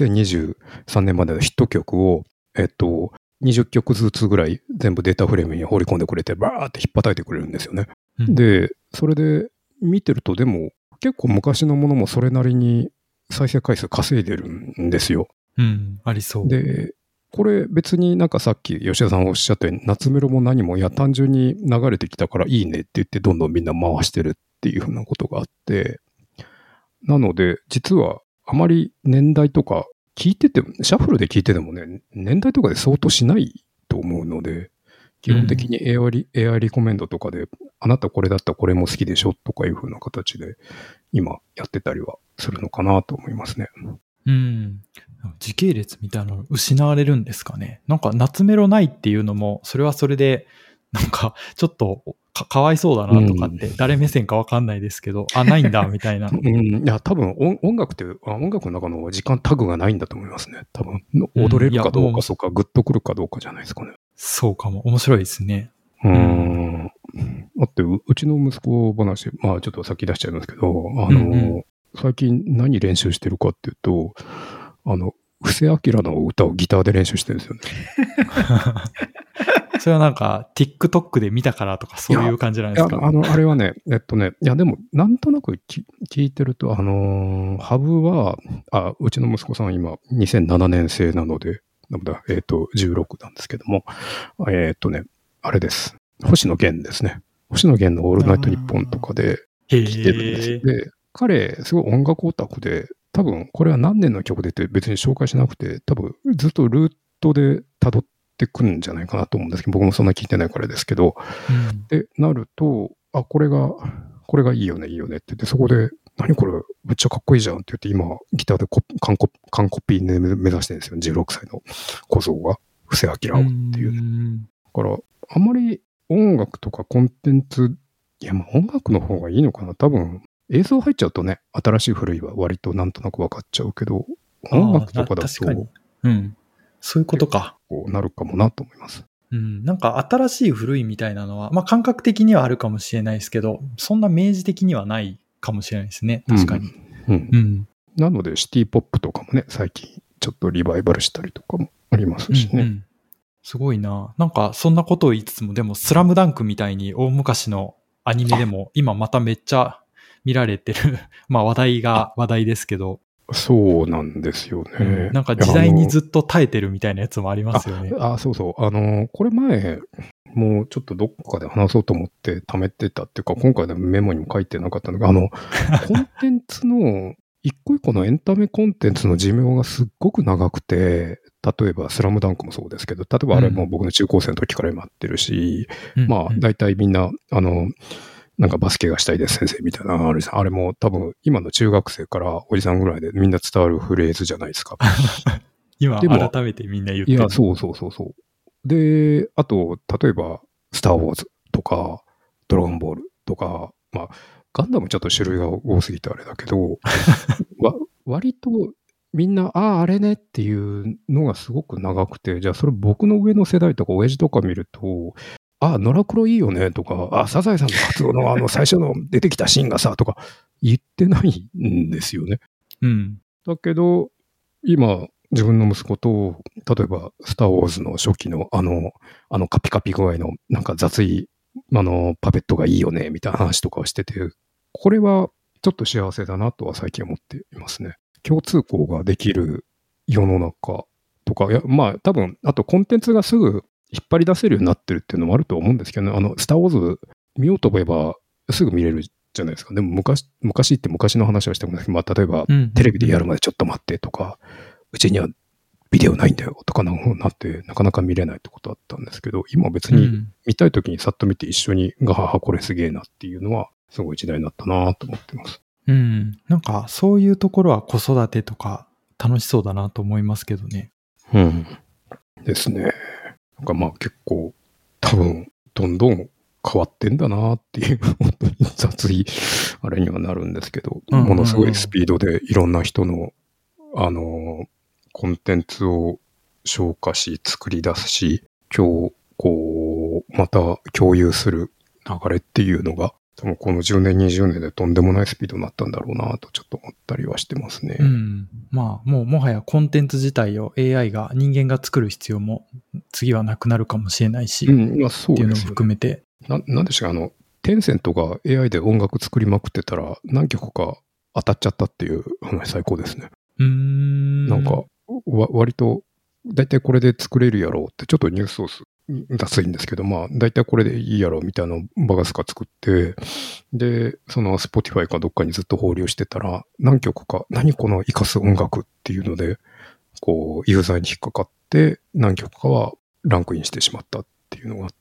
2023年までのヒット曲を、20曲ずつぐらい全部データフレームに放り込んでくれて、バーって引っ叩いてくれるんですよね。で、それで見てると、でも結構昔のものもそれなりに再生回数稼いでるんですよ。 ありそう。 で、これ別になんかさっき吉田さんおっしゃったように、夏メロも何も単純に流れてきたからいいねって言ってどんどんみんな回してるっていうふうなことがあって、なので実はあまり年代とか聞いてても、シャッフルで聞いててもね、年代とかで相当しないと思うので、基本的に AI リコメンドとかで、あなたこれだったらこれも好きでしょとかいうふうな形で今やってたりはするのかなと思いますね。 時系列みたいなの失われるんですかね。なんか夏メロないっていうのも、それはそれで、なんかちょっとかわいそうだなとかって、誰目線かわかんないですけど、ないんだみたいな。 いや、多分音楽って音楽の中の時間タグがないんだと思いますね。多分踊れるかどうかとか、グッとくるかどうかじゃないですかね。 そうかも。面白いですね。 だってうちの息子話、ちょっと先出しちゃいますけど、最近何練習してるかっていうと、布施明の歌をギターで練習してるんですよね。 それはなんか TikTok で見たからとかそういう感じなんですか？ あれはね、でもなんとなく聞いてると、ハブは、うちの息子さん今2007年生なので、16なんですけども、あれです。星野源ですね。星野源のオールナイトニッポンとかで聴いてるんです。で、彼、すごい音楽オタクで、多分これは何年の曲でって別に紹介しなくて、多分ずっとルートで辿ってくるんじゃないかなと思うんですけど、僕もそんな聞いてないからですけど、で、なると、これがいいよねって言って、そこで、何これ、めっちゃかっこいいじゃんって言って、今、ギターで完コピーで目指してるんですよ、16歳の小僧が、布施明をっていう。だから、あんまり音楽とかコンテンツ、音楽の方がいいのかな。多分、映像入っちゃうとね、新しい古いは割となんとなく分かっちゃうけど、音楽とかだと、 確かに。そういうことか。 こうなるかもなと思います。 なんか新しい古いみたいなのは、まあ感覚的にはあるかもしれないですけど、そんな明示的にはないかもしれないですね。確かに。 なのでシティポップとかもね、最近ちょっとリバイバルしたりとかもありますしね。 すごいな。なんかそんなことを言いつつも、でもスラムダンクみたいに大昔のアニメでも今まためっちゃ見られてるまあ話題ですけど。 そうなんですよね。 なんか時代にずっと耐えてるみたいなやつもありますよね。 そうそう。これ前、もうちょっとどっかで話そうと思って貯めてたっていうか、今回のメモにも書いてなかったのが、コンテンツの、一個一個のエンタメコンテンツの寿命がすっごく長くて、例えばスラムダンクもそうですけど、例えばあれも僕の中高生の時から今やってるし、まあ大体みんな、なんかバスケがしたいです先生みたいなのあれも多分今の中学生からおじさんぐらいでみんな伝わるフレーズじゃないですか。 今改めてみんな言ってる。 いや、そう。で、あと、例えば、スター・ウォーズとか、ドラゴンボールとか、まあ、ガンダムちょっと種類が多すぎてあれだけど、割とみんな、あれねっていうのがすごく長くて、じゃあそれ僕の上の世代とか親父とか見ると、ノラクロいいよねとか、サザエさんの活動の最初の出てきたシーンがさ、とか言ってないんですよね。だけど、今、自分の息子と、例えば、スター・ウォーズの初期のカピカピ具合の、なんか雑い、パペットがいいよね、みたいな話とかをしてて、これはちょっと幸せだなとは最近思っていますね。共通項ができる世の中とか、まあ、多分、あとコンテンツがすぐ引っ張り出せるようになってるっていうのもあると思うんですけどね、スター・ウォーズ見ようと思えば、すぐ見れるじゃないですか。でも昔って昔の話をしてもね、まあ、例えば、テレビでやるまでちょっと待ってとか、うちにはビデオないんだよとかなってなかなか見れないってことあったんですけど、今別に見たい時にさっと見て一緒にガハハこれすげえなっていうのはすごい時代になったなと思ってます。 なんかそういうところは子育てとか楽しそうだなと思いますけどね。 ですね。なんかまあ結構多分どんどん変わってんだなっていう本当に雑いあれにはなるんですけど、ものすごいスピードでいろんな人のコンテンツを消化し、作り出すし、また共有する流れっていうのが、多分この10年、20年でとんでもないスピードになったんだろうなとちょっと思ったりはしてますね。 まあ、もはやコンテンツ自体を AI が、人間が作る必要も次はなくなるかもしれないし、 そうっていうのを含めて。 なんでしょう、テンセントが AI で音楽作りまくってたら、何曲か当たっちゃったっていう話最高ですね。なんか、割と、だいたいこれで作れるやろうって、ちょっとニュースソース雑いんですけど、まあ、だいたいこれでいいやろうみたいなバカスカ作って、で、その Spotify かどっかにずっと放流してたら、何曲か、何この活かす音楽っていうので、こう、ユーザーに引っかかって、何曲かはランクインしてしまったっていうのがあって、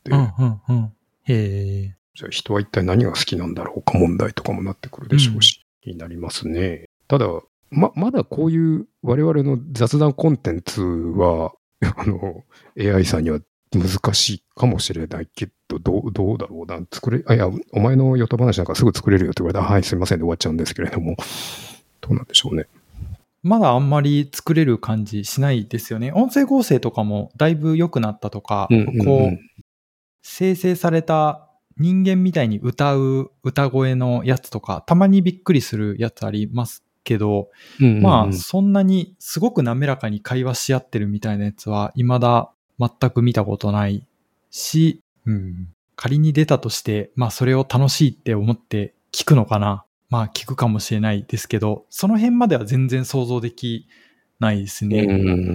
じゃあ人は一体何が好きなんだろうか問題とかもなってくるでしょうし、になりますね。ただ、まだこういう我々の雑談コンテンツは、AI さんには難しいかもしれないけど、どうだろうな。お前のヨタ話なんかすぐ作れるよって言われたら、はい、すいませんで終わっちゃうんですけれども、どうなんでしょうね。 まだあんまり作れる感じしないですよね。音声合成とかもだいぶ良くなったとか、生成された人間みたいに歌う歌声のやつとか、たまにびっくりするやつありますけど、まあそんなにすごく滑らかに会話し合ってるみたいなやつは未だ全く見たことないし、仮に出たとして、まあそれを楽しいって思って聞くのかな。まあ聞くかもしれないですけど、その辺までは全然想像できないですね。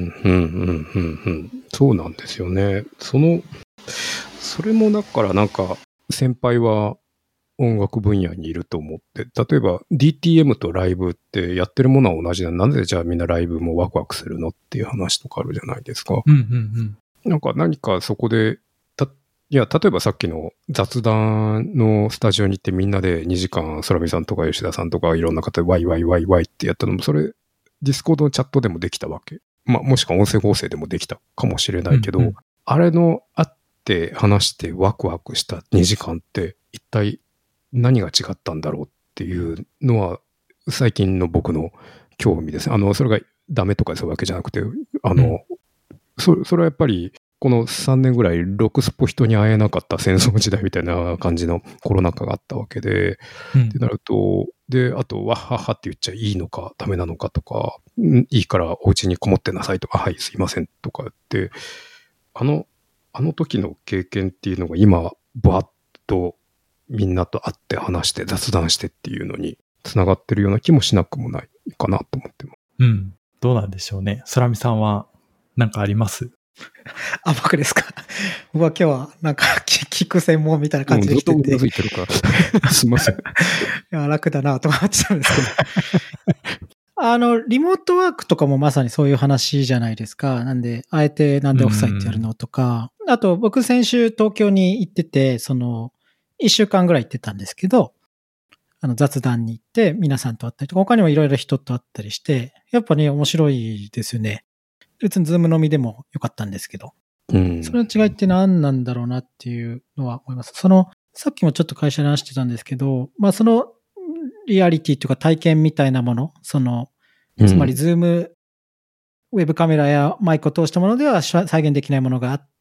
そうなんですよね。それもだからなんか先輩は音楽分野にいると思って、例えば DTM とライブってやってるものは同じなので、じゃあみんなライブもワクワクするのっていう話とかあるじゃないですか。なんか何かそこで、例えばさっきの雑談のスタジオに行ってみんなで2時間、空見さんとか吉田さんとかいろんな方でワイワイワイワイってやったのも、それディスコードのチャットでもできたわけ。まあもしくは音声合成でもできたかもしれないけど、あれの会って話してワクワクした2時間って一体何が違ったんだろうっていうのは最近の僕の興味です。それがダメとかそういうわけじゃなくて、 それはやっぱり、この3年ぐらい、ろくすっぽ人に会えなかった戦争時代みたいな感じのコロナ禍があったわけで、ってなると、で、あと、わっはっはって言っちゃいいのか、ダメなのかとか、いいからお家にこもってなさいとか、はい、すいませんとかって、あの時の経験っていうのが今、バッとみんなと会って話して雑談してっていうのにつながってるような気もしなくもないかなと思ってます。 うん。どうなんでしょうね。空見さんは何かあります？ あ、僕ですか。僕は今日はなんか聞く専門みたいな感じで来てて。 ずっとうなずいてるから。すいません。いや、楽だなと思っちゃうんですけど。リモートワークとかもまさにそういう話じゃないですか。なんで、あえてなんでオフサイトやるのとか。あと、僕先週東京に行ってて、1週間ぐらい行ってたんですけど、雑談に行って皆さんと会ったりとか、他にもいろいろ人と会ったりして、やっぱね、面白いですよね。別にズーム飲みでもよかったんですけど。それの違いって何なんだろうなっていうのは思います。さっきもちょっと会社で話してたんですけど、まあリアリティというか体験みたいなもの、つまりズーム、ウェブカメラやマイクを通したものでは再現できないものがあって、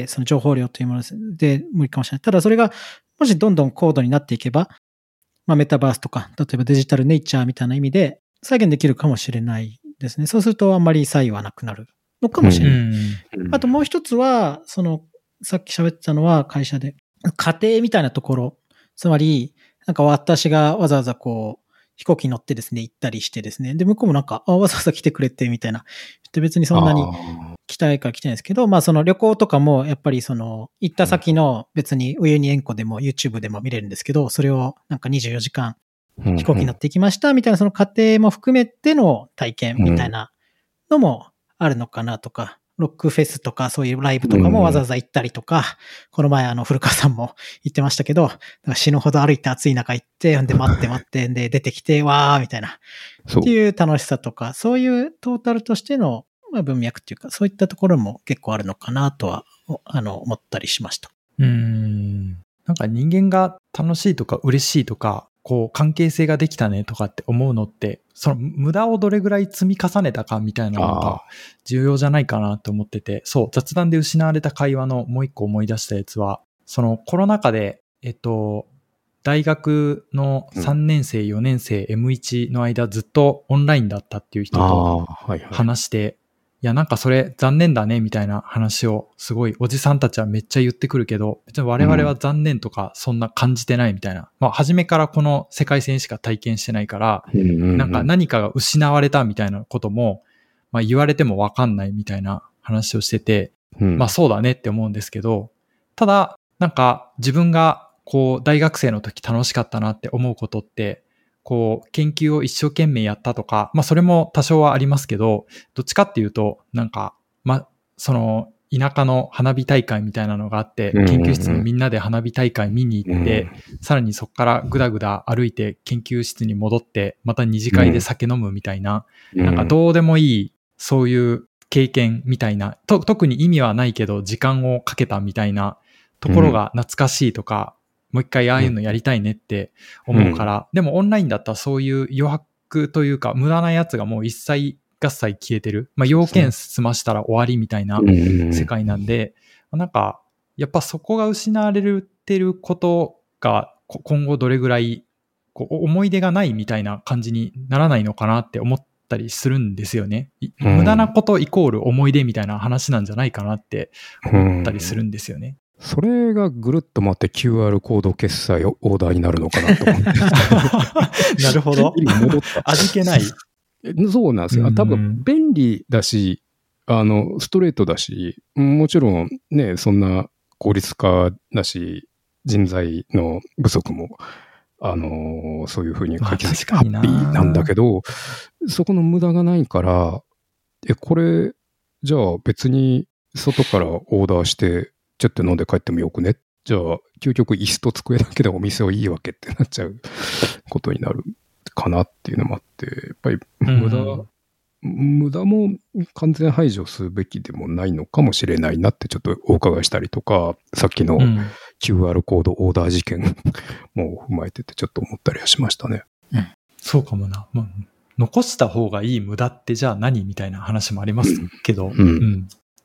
その情報量というもので無理かもしれない。ただそれがもしどんどん高度になっていけば、まあメタバースとか、例えばデジタルネイチャーみたいな意味で再現できるかもしれないですね。そうするとあんまり差異はなくなるのかもしれない。あともう一つは、さっき喋ってたのは会社で、家庭みたいなところ、つまり、なんか私がわざわざ飛行機に乗ってですね、行ったりしてですね、で、向こうもなんか、わざわざ来てくれてみたいな、別にそんなに来たいから来てないですけど、まあ旅行とかもやっぱり行った先の別にウユニ塩湖でも YouTube でも見れるんですけど、それをなんか24時間飛行機に乗って行きましたみたいなその過程も含めての体験みたいなのもあるのかなとか、ロックフェスとかそういうライブとかもわざわざ行ったりとか、この前古川さんも言ってましたけど、死ぬほど歩いて暑い中行って、で待って、で出てきて、わーみたいな、っていう楽しさとか、そういうトータルとしての文脈っていうか、そういったところも結構あるのかなとは、思ったりしました。 なんか人間が楽しいとか嬉しいとか、関係性ができたねとかって思うのって、その無駄をどれぐらい積み重ねたかみたいなのが重要じゃないかなと思ってて、そう、雑談で失われた会話のもう一個思い出したやつは、そのコロナ禍で、大学の3年生、4年生、M1 の間ずっとオンラインだったっていう人と話して、いやなんかそれ残念だねみたいな話をすごいおじさんたちはめっちゃ言ってくるけど、別に我々は残念とかそんな感じてないみたいな。まあ初めからこの世界線しか体験してないから、なんか何かが失われたみたいなことも、まあ言われてもわかんないみたいな話をしてて、まあそうだねって思うんですけど、ただなんか自分が大学生の時楽しかったなって思うことって、研究を一生懸命やったとか、まあそれも多少はありますけど、どっちかっていうと、なんか、その田舎の花火大会みたいなのがあって、研究室にみんなで花火大会見に行って、さらにそこからぐだぐだ歩いて研究室に戻って、また二次会で酒飲むみたいな、なんかどうでもいい、そういう経験みたいな、特に意味はないけど、時間をかけたみたいなところが懐かしいとか、もう一回ああいうのやりたいねって思うから、でもオンラインだったらそういう余白というか無駄なやつがもう一切合切消えてる。まあ要件済ましたら終わりみたいな世界なんで、なんかやっぱそこが失われてることが今後どれぐらい思い出がないみたいな感じにならないのかなって思ったりするんですよね。無駄なことイコール思い出みたいな話なんじゃないかなって思ったりするんですよね。 それがぐるっと回って QR コード決済オーダーになるのかなと思って。 なるほど。 今戻った。 味気ない。 そうなんですよ。多分便利だし、ストレートだし、もちろんね、そんな効率化だし、人材の不足も、そういうふうに解決してハッピーなんだけど、そこの無駄がないから、これ、じゃあ別に外からオーダーして、ちょっと飲んで帰ってもよくね。じゃあ、究極椅子と机だけでお店はいいわけってなっちゃうことになるかなっていうのもあって、やっぱり無駄も完全排除すべきでもないのかもしれないなってちょっとお伺いしたりとか、さっきの QR コードオーダー事件も踏まえててちょっと思ったりはしましたね。 そうかもな。残した方がいい無駄ってじゃあ何みたいな話もありますけど、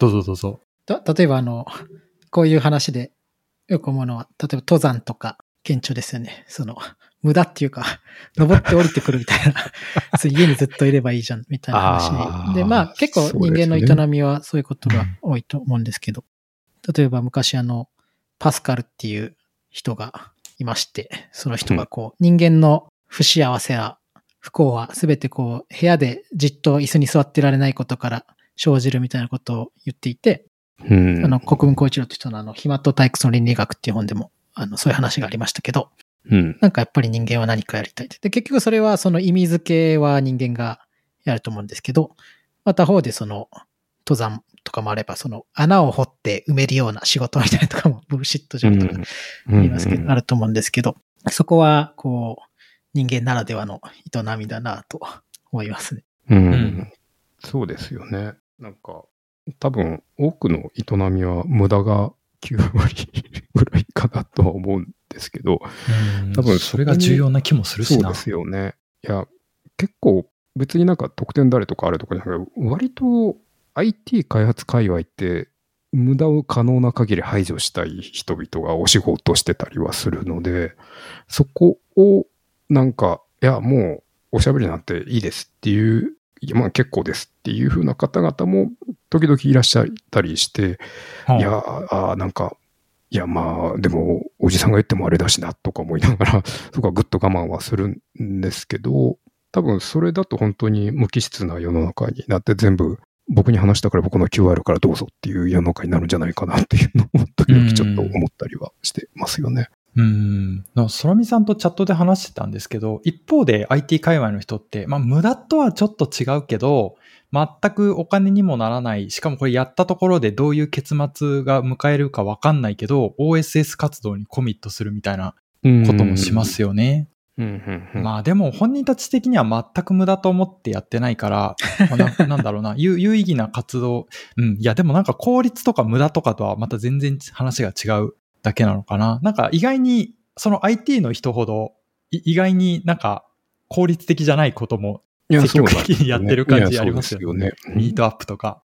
どうぞどうぞ。 例えばこういう話でよく思うのは、例えば登山とか顕著ですよね。無駄っていうか、登って降りてくるみたいな。家にずっといればいいじゃん、みたいな話。で、まあ結構人間の営みはそういうことが多いと思うんですけど、例えば昔パスカルっていう人がいまして、その人が人間の不幸せや不幸はすべて部屋でじっと椅子に座ってられないことから生じるみたいなことを言っていて、国分光一郎という人の暇と退屈の倫理学っていう本でも、そういう話がありましたけど、なんかやっぱり人間は何かやりたい。で、結局それは意味付けは人間がやると思うんですけど、また方で登山とかもあれば、穴を掘って埋めるような仕事みたいなとかも、ブルシットジョブとか言いますけど、あると思うんですけど、そこは、人間ならではの営みだなと思いますね。 そうですよね。なんか、多分、多くの営みは無駄が9割ぐらいかなとは思うんですけど、 多分それが重要な気もするしな。 そうですよね。いや、結構別になんか得点誰とかあるとかじゃなくて、割と IT 開発界隈って無駄を可能な限り排除したい人々がお仕事してたりはするので、そこをなんか、いや、もうおしゃべりなんていいですっていう、まあ結構ですっていう風な方々も時々いらっしゃったりして、いや、なんか、いや、まあ、でも、おじさんが言ってもあれだしな、とか思いながら、そこはぐっと我慢はするんですけど、多分それだと本当に無機質な世の中になって全部、僕に話したから僕の QR からどうぞっていう世の中になるんじゃないかなっていうのを、時々ちょっと思ったりはしてますよね。 空見さんとチャットで話してたんですけど、一方で IT 界隈の人って、まあ無駄とはちょっと違うけど、全くお金にもならない。しかもこれやったところでどういう結末が迎えるかわかんないけど、OSS 活動にコミットするみたいなこともしますよね。まあでも本人たち的には全く無駄と思ってやってないから、なんだろうな、有意義な活動。いやでもなんか効率とか無駄とかとはまた全然話が違うだけなのかな。なんか意外にその IT の人ほど意外になんか効率的じゃないことも積極的にやってる感じありますよね。ミートアップとか。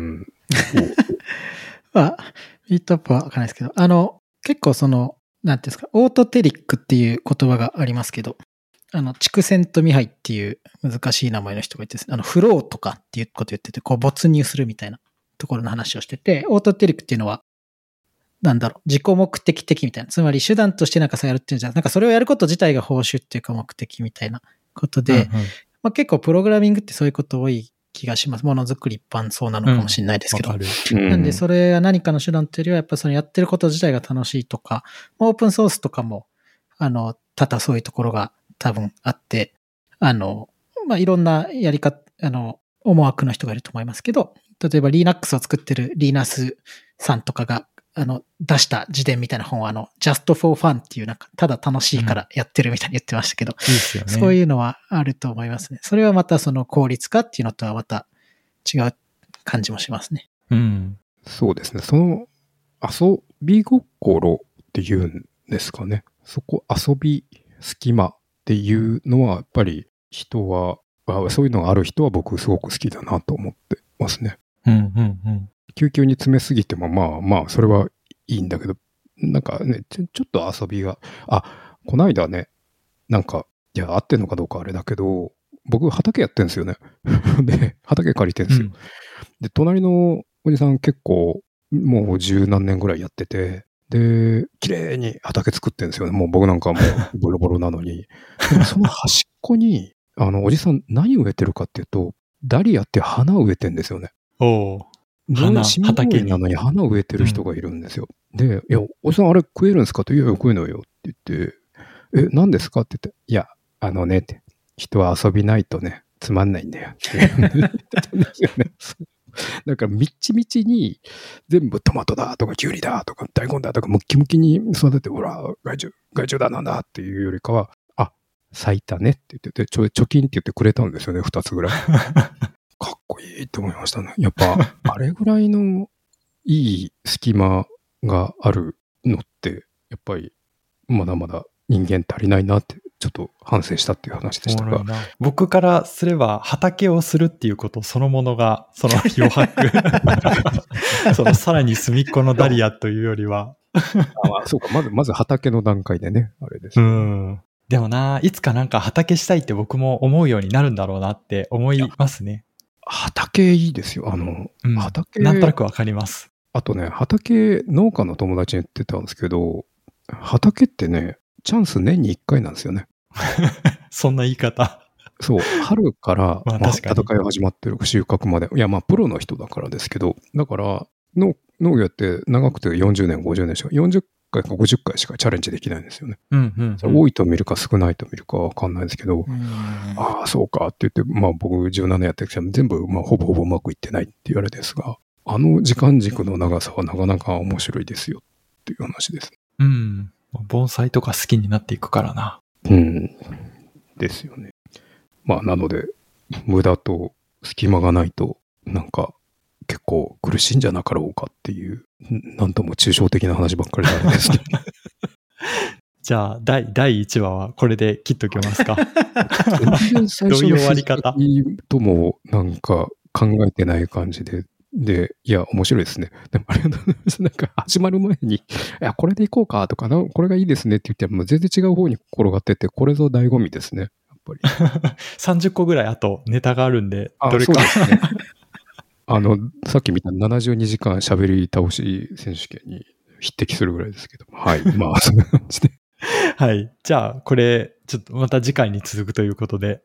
まあ、ミートアップはわかんないですけど、結構なんていうんですか、オートテリックっていう言葉がありますけど、畜生とミハイっていう難しい名前の人がいてですね、フローとかっていうことを言ってて、没入するみたいなところの話をしてて、オートテリックっていうのは、なんだろう、自己目的的みたいな。つまり手段としてなんかやるっていうんじゃなくて、なんかそれをやること自体が報酬っていうか目的みたいなことで、まあ、結構プログラミングってそういうこと多い気がします。ものづくり一般そうなのかもしれないですけど。なんでそれは何かの手段というよりは、やっぱそのやってること自体が楽しいとか、オープンソースとかも、多々そういうところが多分あって、まあ、いろんなやり方、思惑の人がいると思いますけど、例えば Linux を作ってるリーナスさんとかが、出した自伝みたいな本はjust for fun っていうなんか、ただ楽しいからやってるみたいに言ってましたけど、 いいですよね、 そういうのはあると思いますね。それはまたその効率化っていうのとはまた違う感じもしますね。 そうですね。その遊び心っていうんですかね。そこ遊び隙間っていうのはやっぱり人は、そういうのがある人は僕すごく好きだなと思ってますね。急に詰めすぎてもまあそれはいいんだけど、なんかね、ちょっと遊びが、こないだね、なんか、いや、合ってんのかどうかあれだけど、僕畑やってんですよね。で、畑借りてんですよ。で、隣のおじさん結構、もう十何年ぐらいやってて、で、綺麗に畑作ってんですよね。もう僕なんかもうボロボロなのに。でもその端っこに、おじさん何植えてるかっていうと、ダリアって花を植えてんですよね。畑なのに花を植えてる人がいるんですよ。で、いや、おじさんあれ食えるんですかって、いや、食えないよって言って、何ですかって言って、いや、って、人は遊びないとね、つまんないんだよって言ってたんですよね。だから、みっちみちに、全部トマトだとか、キュウリだとか、大根だとか、ムッキムキに育てて、ほら、害虫だなんだっていうよりかは、咲いたねって言ってて、貯金って言ってくれたんですよね、2つぐらい。かっこいいって思いましたね。やっぱ、あれぐらいのいい隙間があるのって、やっぱり、まだまだ人間足りないなってちょっと反省したっていう話でしたが。 僕からすれば畑をするっていうことそのものがその余白そのさらに隅っこのダリアというよりはそうか、まず畑の段階でね、あれです、ね。 でもいつかなんか畑したいって僕も思うようになるんだろうなって思いますね。 畑いいですよ。畑。 なんとなくわかります。 あとね、農家の友達に言ってたんですけど、畑ってね、チャンス年に1回なんですよね。 そんな言い方。 そう、春から確かに戦いが始まってる、収穫まで。いや、プロの人だからですけど、だから、農業って長くて40年、50年しか、40回か50回しかチャレンジできないんですよね。多いと見るか少ないと見るかわかんないですけど、ああ、そうかって言って、僕17年やってきて全部、ほぼほぼうまくいってないって言われですが、時間軸の長さはなかなか面白いですよっていう話です。 盆栽とか好きになっていくからな。 ですよね。なので、無駄と隙間がないと、なんか、結構苦しいんじゃなかろうかっていう、なんとも抽象的な話ばっかりなんですけど。 じゃあ、第1話はこれで切っときますか。 どういう終わり方ともなんか考えてない感じで、いや、面白いですね。でもありがとうございます。なんか始まる前に、いや、これでいこうかとか、これがいいですねって言っても全然違う方に転がってて、これぞ醍醐味ですね。やっぱり。 30個ぐらいあとネタがあるんで、どれか。 そうですね。さっき見た72時間喋り倒し選手権に匹敵するぐらいですけど。はい。そんな感じで。 はい。じゃあ、これ、ちょっとまた次回に続くということで。